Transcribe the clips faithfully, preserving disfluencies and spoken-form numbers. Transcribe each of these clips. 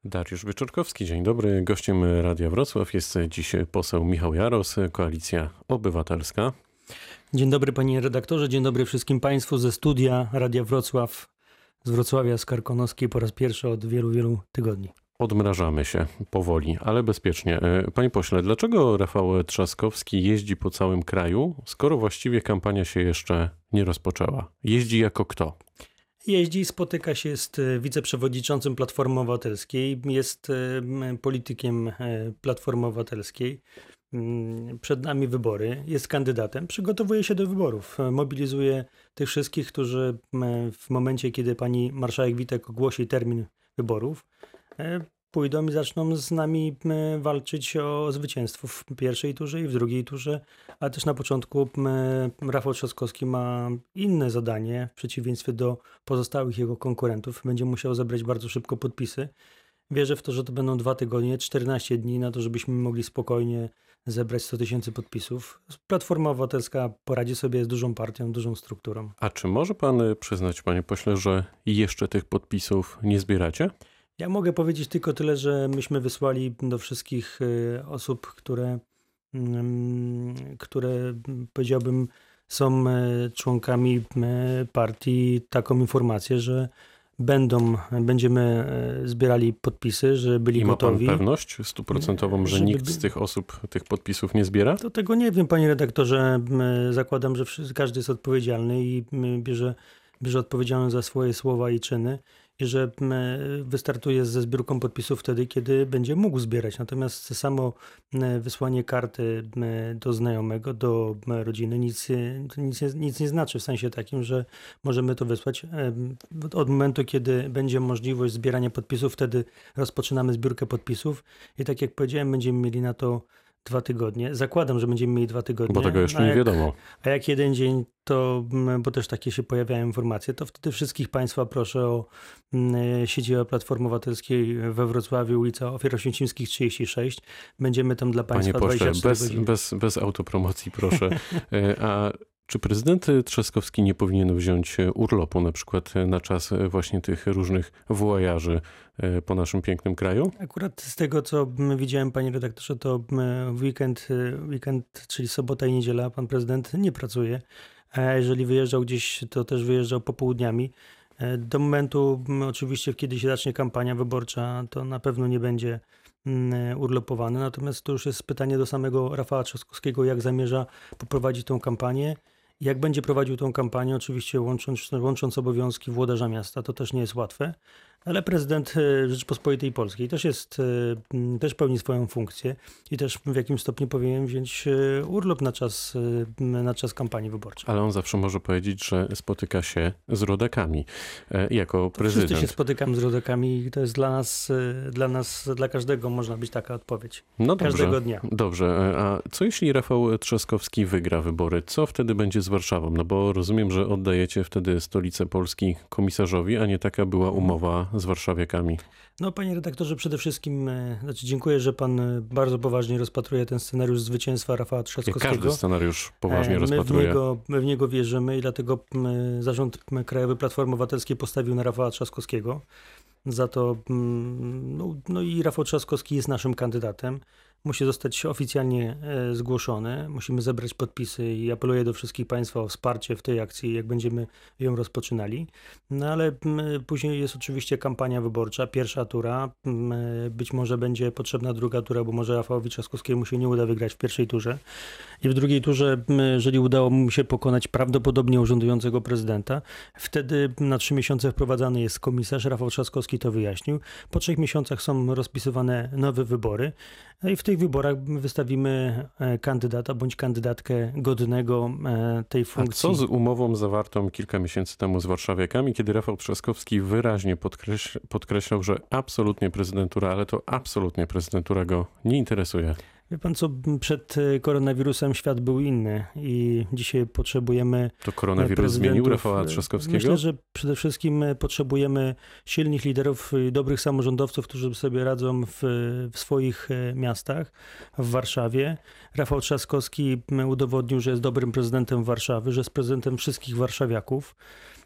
Dariusz Wieczorkowski, dzień dobry. Gościem Radia Wrocław jest dziś poseł Michał Jaros, Koalicja Obywatelska. Dzień dobry panie redaktorze, dzień dobry wszystkim państwu ze studia Radia Wrocław z Wrocławia, z Karkonoskiej po raz pierwszy od wielu, wielu tygodni. Odmrażamy się powoli, ale bezpiecznie. Panie pośle, dlaczego Rafał Trzaskowski jeździ po całym kraju, skoro właściwie kampania się jeszcze nie rozpoczęła? Jeździ jako kto? Jeździ, spotyka się z wiceprzewodniczącym Platformy Obywatelskiej, jest politykiem Platformy Obywatelskiej. Przed nami wybory, jest kandydatem, przygotowuje się do wyborów, mobilizuje tych wszystkich, którzy w momencie, kiedy pani marszałek Witek ogłosi termin wyborów, pójdą i zaczną z nami walczyć o zwycięstwo w pierwszej turze i w drugiej turze, a też na początku Rafał Trzaskowski ma inne zadanie w przeciwieństwie do pozostałych jego konkurentów. Będzie musiał zebrać bardzo szybko podpisy. Wierzę w to, że to będą dwa tygodnie, czternaście dni na to, żebyśmy mogli spokojnie zebrać sto tysięcy podpisów. Platforma Obywatelska poradzi sobie z dużą partią, dużą strukturą. A czy może pan przyznać, panie pośle, że jeszcze tych podpisów nie zbieracie? Ja mogę powiedzieć tylko tyle, że myśmy wysłali do wszystkich osób, które, które powiedziałbym są członkami partii, taką informację, że Będą, będziemy zbierali podpisy, że byli I gotowi. I ma pan pewność stuprocentową, że żeby... nikt z tych osób tych podpisów nie zbiera? To tego nie wiem, panie redaktorze. Zakładam, że każdy jest odpowiedzialny i bierze, bierze odpowiedzialność za swoje słowa i czyny i że wystartuje ze zbiórką podpisów wtedy, kiedy będzie mógł zbierać. Natomiast samo wysłanie karty do znajomego, do rodziny nic, nic, nic nie znaczy w sensie takim, że możemy to wysłać. Od momentu, kiedy będzie możliwość zbierania podpisów, wtedy rozpoczynamy zbiórkę podpisów i tak jak powiedziałem, będziemy mieli na to dwa tygodnie. Zakładam, że będziemy mieli dwa tygodnie. Bo tego jeszcze nie jak, wiadomo. A jak jeden dzień, to, bo też takie się pojawiają informacje, to wtedy wszystkich państwa proszę o siedzibę Platformy Obywatelskiej we Wrocławiu, ulica Ofiar Oświęcimskich trzydzieści sześć. Będziemy tam dla państwa Panie pośle, dwadzieścia cztery bez, godziny. bez, bez autopromocji proszę. A czy prezydent Trzaskowski nie powinien wziąć urlopu na przykład na czas właśnie tych różnych wojaży po naszym pięknym kraju? Akurat z tego, co widziałem, panie redaktorze, to w weekend, weekend, czyli sobota i niedziela, pan prezydent nie pracuje. A jeżeli wyjeżdżał gdzieś, to też wyjeżdżał popołudniami. Do momentu oczywiście, kiedy się zacznie kampania wyborcza, to na pewno nie będzie urlopowany. Natomiast to już jest pytanie do samego Rafała Trzaskowskiego, jak zamierza poprowadzić tą kampanię. Jak będzie prowadził tą kampanię, oczywiście łącząc, łącząc obowiązki włodarza miasta, to też nie jest łatwe, ale prezydent Rzeczypospolitej Polskiej też jest, też pełni swoją funkcję i też w jakimś stopniu powinien wziąć urlop na czas, na czas kampanii wyborczej. Ale on zawsze może powiedzieć, że spotyka się z rodakami jako to prezydent. Wszyscy się spotykamy z rodakami i to jest dla nas, dla nas, dla każdego można być taka odpowiedź. No Każdego dobrze, dnia. Dobrze, a co jeśli Rafał Trzaskowski wygra wybory? Co wtedy będzie z Warszawą? No bo rozumiem, że oddajecie wtedy stolicę Polski komisarzowi, a nie taka była umowa z warszawiakami. No panie redaktorze, przede wszystkim znaczy dziękuję, że pan bardzo poważnie rozpatruje ten scenariusz zwycięstwa Rafała Trzaskowskiego. Każdy scenariusz poważnie my rozpatruje. W niego, my w niego wierzymy i dlatego Zarząd Krajowy Platformy Obywatelskiej postawił na Rafała Trzaskowskiego. Za to, no, no i Rafał Trzaskowski jest naszym kandydatem. Musi zostać oficjalnie zgłoszony. Musimy zebrać podpisy i apeluję do wszystkich państwa o wsparcie w tej akcji, jak będziemy ją rozpoczynali. No ale później jest oczywiście kampania wyborcza, pierwsza tura. Być może będzie potrzebna druga tura, bo może Rafałowi Trzaskowskiemu się nie uda wygrać w pierwszej turze. I w drugiej turze, jeżeli udało mu się pokonać prawdopodobnie urzędującego prezydenta, wtedy na trzy miesiące wprowadzany jest komisarz. Rafał Trzaskowski to wyjaśnił. Po trzech miesiącach są rozpisywane nowe wybory. No i w tych wyborach wystawimy kandydata bądź kandydatkę godnego tej funkcji. A co z umową zawartą kilka miesięcy temu z warszawiakami, kiedy Rafał Trzaskowski wyraźnie podkreśl, podkreślał, że absolutnie prezydentura, ale to absolutnie prezydentura go nie interesuje? Wie pan co, przed koronawirusem świat był inny i dzisiaj potrzebujemy To koronawirus zmienił Rafała Trzaskowskiego? Myślę, że przede wszystkim potrzebujemy silnych liderów i dobrych samorządowców, którzy sobie radzą w, w swoich miastach, w Warszawie. Rafał Trzaskowski udowodnił, że jest dobrym prezydentem Warszawy, że jest prezydentem wszystkich warszawiaków.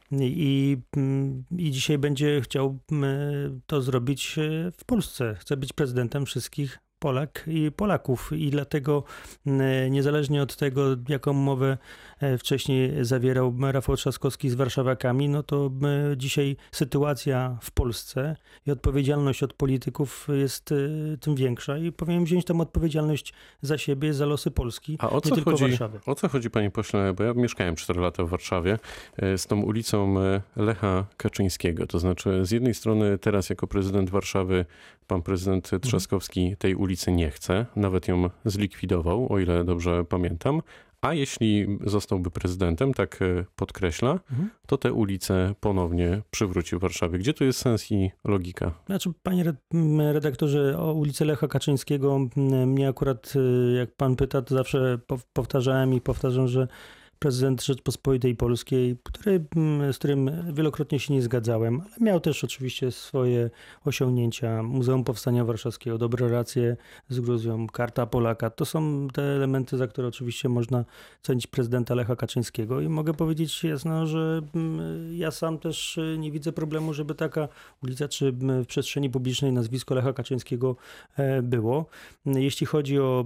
I, i dzisiaj będzie chciał to zrobić w Polsce. Chce być prezydentem wszystkich Polak i Polaków i dlatego niezależnie od tego, jaką umowę wcześniej zawierał Rafał Trzaskowski z warszawiakami, no to dzisiaj sytuacja w Polsce i odpowiedzialność od polityków jest tym większa i powinien wziąć tę odpowiedzialność za siebie, za losy Polski, A o co nie tylko chodzi, Warszawy. O co chodzi, panie pośle, bo ja mieszkałem cztery lata w Warszawie, z tą ulicą Lecha Kaczyńskiego, to znaczy z jednej strony teraz jako prezydent Warszawy pan prezydent Trzaskowski tej ulicy nie chce, nawet ją zlikwidował, o ile dobrze pamiętam. A jeśli zostałby prezydentem, tak podkreśla, mhm. to te ulice ponownie przywróci w Warszawie. Gdzie tu jest sens i logika? Znaczy, panie redaktorze, o ulicę Lecha Kaczyńskiego mnie akurat, jak pan pyta, to zawsze powtarzałem i powtarzam, że prezydent Rzeczpospolitej Polskiej, który, z którym wielokrotnie się nie zgadzałem, ale miał też oczywiście swoje osiągnięcia. Muzeum Powstania Warszawskiego, dobre relacje z Gruzją, Karta Polaka. To są te elementy, za które oczywiście można cenić prezydenta Lecha Kaczyńskiego. I mogę powiedzieć jasno, że ja sam też nie widzę problemu, żeby taka ulica, czy w przestrzeni publicznej nazwisko Lecha Kaczyńskiego było. Jeśli chodzi o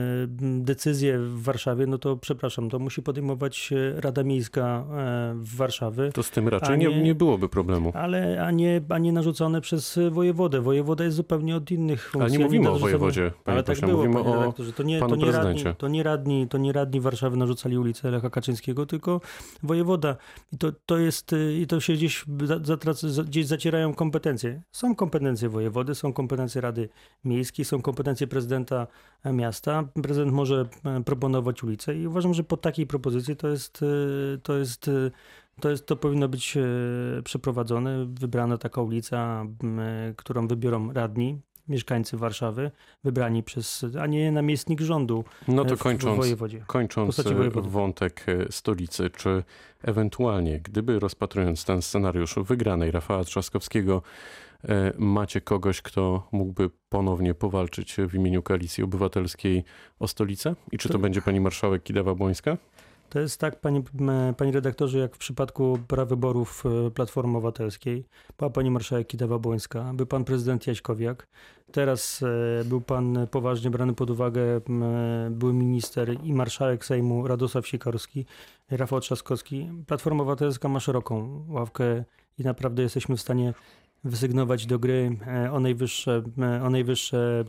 decyzję w Warszawie, no to przepraszam, to musi podejmować Rada Miejska w Warszawie. To z tym raczej nie, nie byłoby problemu. Ale, a nie, a nie narzucone przez wojewodę. Wojewoda jest zupełnie od innych funkcji. Ale nie mówimy o wojewodzie, panie ale pośle, tak było, mówimy panie o to nie, panu to nie prezydencie. Radni, to, nie radni, to nie radni Warszawy narzucali ulicę Lecha Kaczyńskiego, tylko wojewoda. I to, to jest, i to się gdzieś, zatrac, gdzieś zacierają kompetencje. Są kompetencje wojewody, są kompetencje Rady Miejskiej, są kompetencje prezydenta miasta. Prezydent może proponować ulicę i uważam, że po takiej propozycji to jest, to jest, to jest, to powinno być przeprowadzone, wybrana taka ulica, którą wybiorą radni, mieszkańcy Warszawy, wybrani przez, a nie namiestnik rządu. No to w, kończąc, w wojewodzie, kończąc wątek stolicy, czy ewentualnie, gdyby rozpatrując ten scenariusz wygranej Rafała Trzaskowskiego, macie kogoś, kto mógłby ponownie powalczyć w imieniu Koalicji Obywatelskiej o stolicę? I czy to, to będzie pani marszałek Kidawa-Błońska? To jest tak, panie, panie redaktorze, jak w przypadku prawyborów Platformy Obywatelskiej. Była pani marszałek Kidawa-Błońska, był pan prezydent Jaśkowiak. Teraz był pan poważnie brany pod uwagę, był minister i marszałek Sejmu Radosław Sikorski, Rafał Trzaskowski. Platforma Obywatelska ma szeroką ławkę i naprawdę jesteśmy w stanie wysygnować do gry o najwyższe, o najwyższe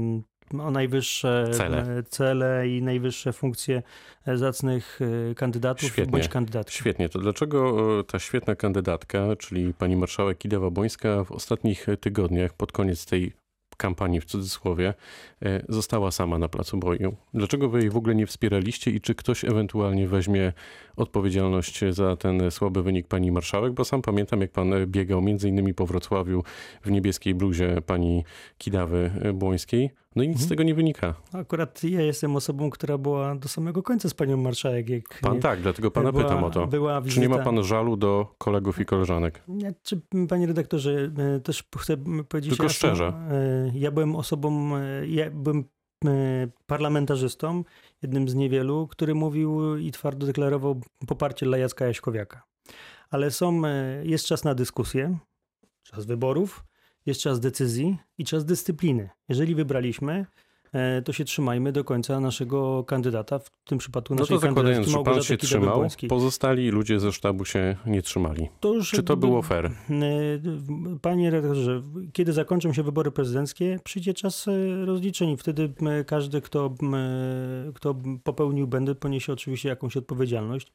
o najwyższe cele. cele i najwyższe funkcje zacnych kandydatów Świetnie. bądź kandydatów. Świetnie. To dlaczego ta świetna kandydatka, czyli pani marszałek Kidawa-Błońska w ostatnich tygodniach, pod koniec tej kampanii w cudzysłowie, została sama na placu boju? Dlaczego wy jej w ogóle nie wspieraliście i czy ktoś ewentualnie weźmie odpowiedzialność za ten słaby wynik pani marszałek? Bo sam pamiętam, jak pan biegał między innymi po Wrocławiu w niebieskiej bluzie pani Kidawy-Błońskiej. No i nic mhm. z tego nie wynika. Akurat ja jestem osobą, która była do samego końca z panią marszałek. Jak pan tak, dlatego pana była, pytam o to. Była wizyta... Czy nie ma pan żalu do kolegów i koleżanek? Nie, czy, panie redaktorze, też chcę powiedzieć... Tylko jasno, szczerze. Ja byłem osobą, ja byłem parlamentarzystą, jednym z niewielu, który mówił i twardo deklarował poparcie dla Jacka Jaśkowiaka. Ale są, jest czas na dyskusję, czas wyborów, jest czas decyzji i czas dyscypliny. Jeżeli wybraliśmy, to się trzymajmy do końca naszego kandydata, w tym przypadku naszej no to zakładając, że pan się trzymał, pozostali ludzie ze sztabu się nie trzymali. To już, Czy to było fair? Panie redaktorze, kiedy zakończą się wybory prezydenckie, przyjdzie czas rozliczeń i wtedy każdy, kto, kto popełnił błędy, poniesie oczywiście jakąś odpowiedzialność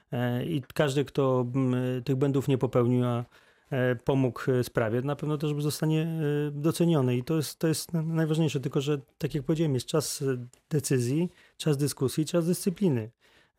i każdy, kto tych błędów nie popełnił, a pomógł sprawie, na pewno też zostanie doceniony i to jest, to jest najważniejsze, tylko że tak jak powiedziałem, jest czas decyzji, czas dyskusji, czas dyscypliny.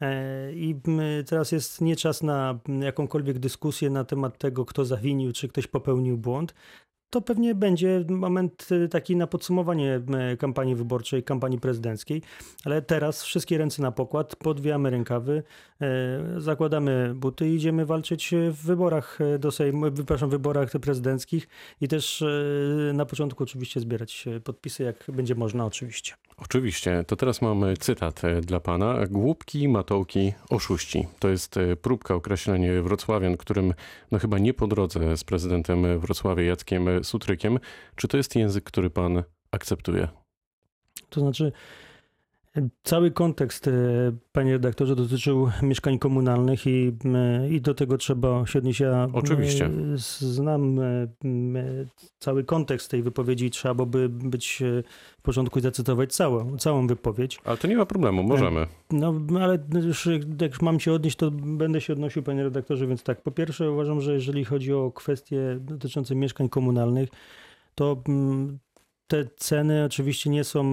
I teraz jest nie czas na jakąkolwiek dyskusję na temat tego, kto zawinił, czy ktoś popełnił błąd. to pewnie będzie moment taki na podsumowanie kampanii wyborczej, kampanii prezydenckiej, ale teraz wszystkie ręce na pokład, podwijamy rękawy, zakładamy buty i idziemy walczyć w wyborach do Sejmu, przepraszam, w wyborach prezydenckich i też na początku oczywiście zbierać podpisy, jak będzie można oczywiście. Oczywiście. To teraz mamy cytat dla pana. Głupki, matołki, oszuści. To jest próbka określenia wrocławian, którym no chyba nie po drodze z prezydentem Wrocławia Jackiem Sutrykiem. Czy to jest język, który pan akceptuje? To znaczy cały kontekst, panie redaktorze, dotyczył mieszkań komunalnych i, i do tego trzeba się odnieść. Ja Oczywiście. Znam cały kontekst tej wypowiedzi i trzeba byłoby być w porządku i zacytować całą, całą wypowiedź. Ale to nie ma problemu, możemy. No, ale już jak już mam się odnieść, to będę się odnosił, panie redaktorze, więc tak. Po pierwsze uważam, że jeżeli chodzi o kwestie dotyczące mieszkań komunalnych, to te ceny oczywiście nie są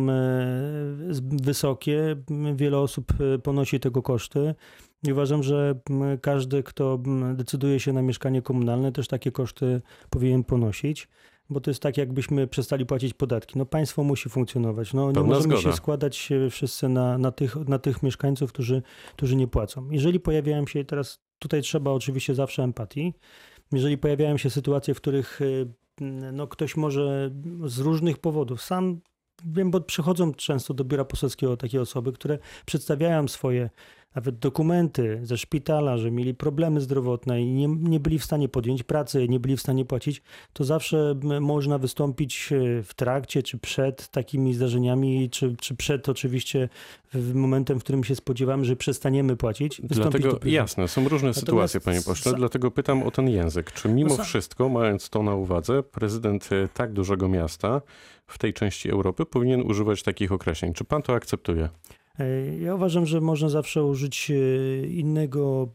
wysokie. Wiele osób ponosi tego koszty. I uważam, że każdy, kto decyduje się na mieszkanie komunalne, też takie koszty powinien ponosić. Bo to jest tak, jakbyśmy przestali płacić podatki. No państwo musi funkcjonować. No, nie możemy zgoda. się składać wszyscy na, na, tych, na tych mieszkańców, którzy, którzy nie płacą. Jeżeli pojawiają się, teraz tutaj trzeba oczywiście zawsze empatii, jeżeli pojawiają się sytuacje, w których no, ktoś może z różnych powodów, sam wiem, bo przychodzą często do biura poselskiego takie osoby, które przedstawiają swoje nawet dokumenty ze szpitala, że mieli problemy zdrowotne i nie, nie byli w stanie podjąć pracy, nie byli w stanie płacić, to zawsze można wystąpić w trakcie czy przed takimi zdarzeniami, czy, czy przed oczywiście w momentem, w którym się spodziewamy, że przestaniemy płacić. Dlatego jasne, są różne Natomiast sytuacje, panie pośle, za... dlatego pytam o ten język. Czy mimo no, wszystko, mając to na uwadze, prezydent tak dużego miasta w tej części Europy powinien używać takich określeń? Czy pan to akceptuje? Ja uważam, że można zawsze użyć innego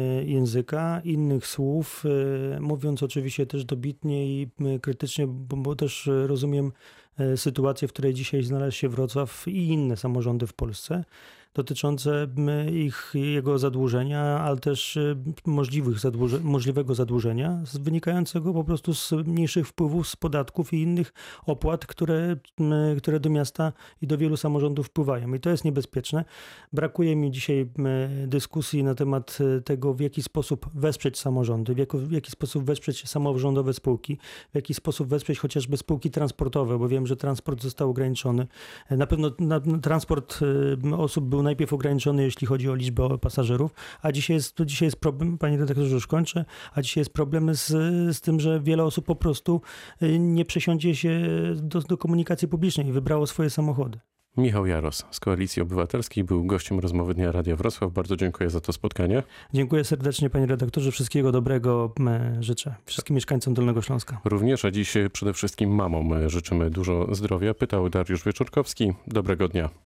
języka, innych słów, mówiąc oczywiście też dobitnie i krytycznie, bo, bo też rozumiem sytuację, w której dzisiaj znalazł się Wrocław i inne samorządy w Polsce, dotyczące ich, jego zadłużenia, ale też możliwych zadłuże, możliwego zadłużenia wynikającego po prostu z mniejszych wpływów z podatków i innych opłat, które, które do miasta i do wielu samorządów wpływają. I to jest niebezpieczne. Brakuje mi dzisiaj dyskusji na temat tego, w jaki sposób wesprzeć samorządy, w jaki, w jaki sposób wesprzeć samorządowe spółki, w jaki sposób wesprzeć chociażby spółki transportowe, bo wiem, że transport został ograniczony. Na pewno na, na transport osób był najpierw ograniczony, jeśli chodzi o liczbę pasażerów, a dzisiaj jest, dzisiaj jest problem, panie redaktorze, już kończę, a dzisiaj jest problem z, z tym, że wiele osób po prostu nie przesiądzie się do, do komunikacji publicznej i wybrało swoje samochody. Michał Jaros z Koalicji Obywatelskiej był gościem rozmowy Dnia Radia Wrocław. Bardzo dziękuję za to spotkanie. Dziękuję serdecznie, panie redaktorze. Wszystkiego dobrego życzę wszystkim mieszkańcom Dolnego Śląska. Również, a dziś przede wszystkim mamom życzymy dużo zdrowia. Pytał Dariusz Wieczorkowski. Dobrego dnia.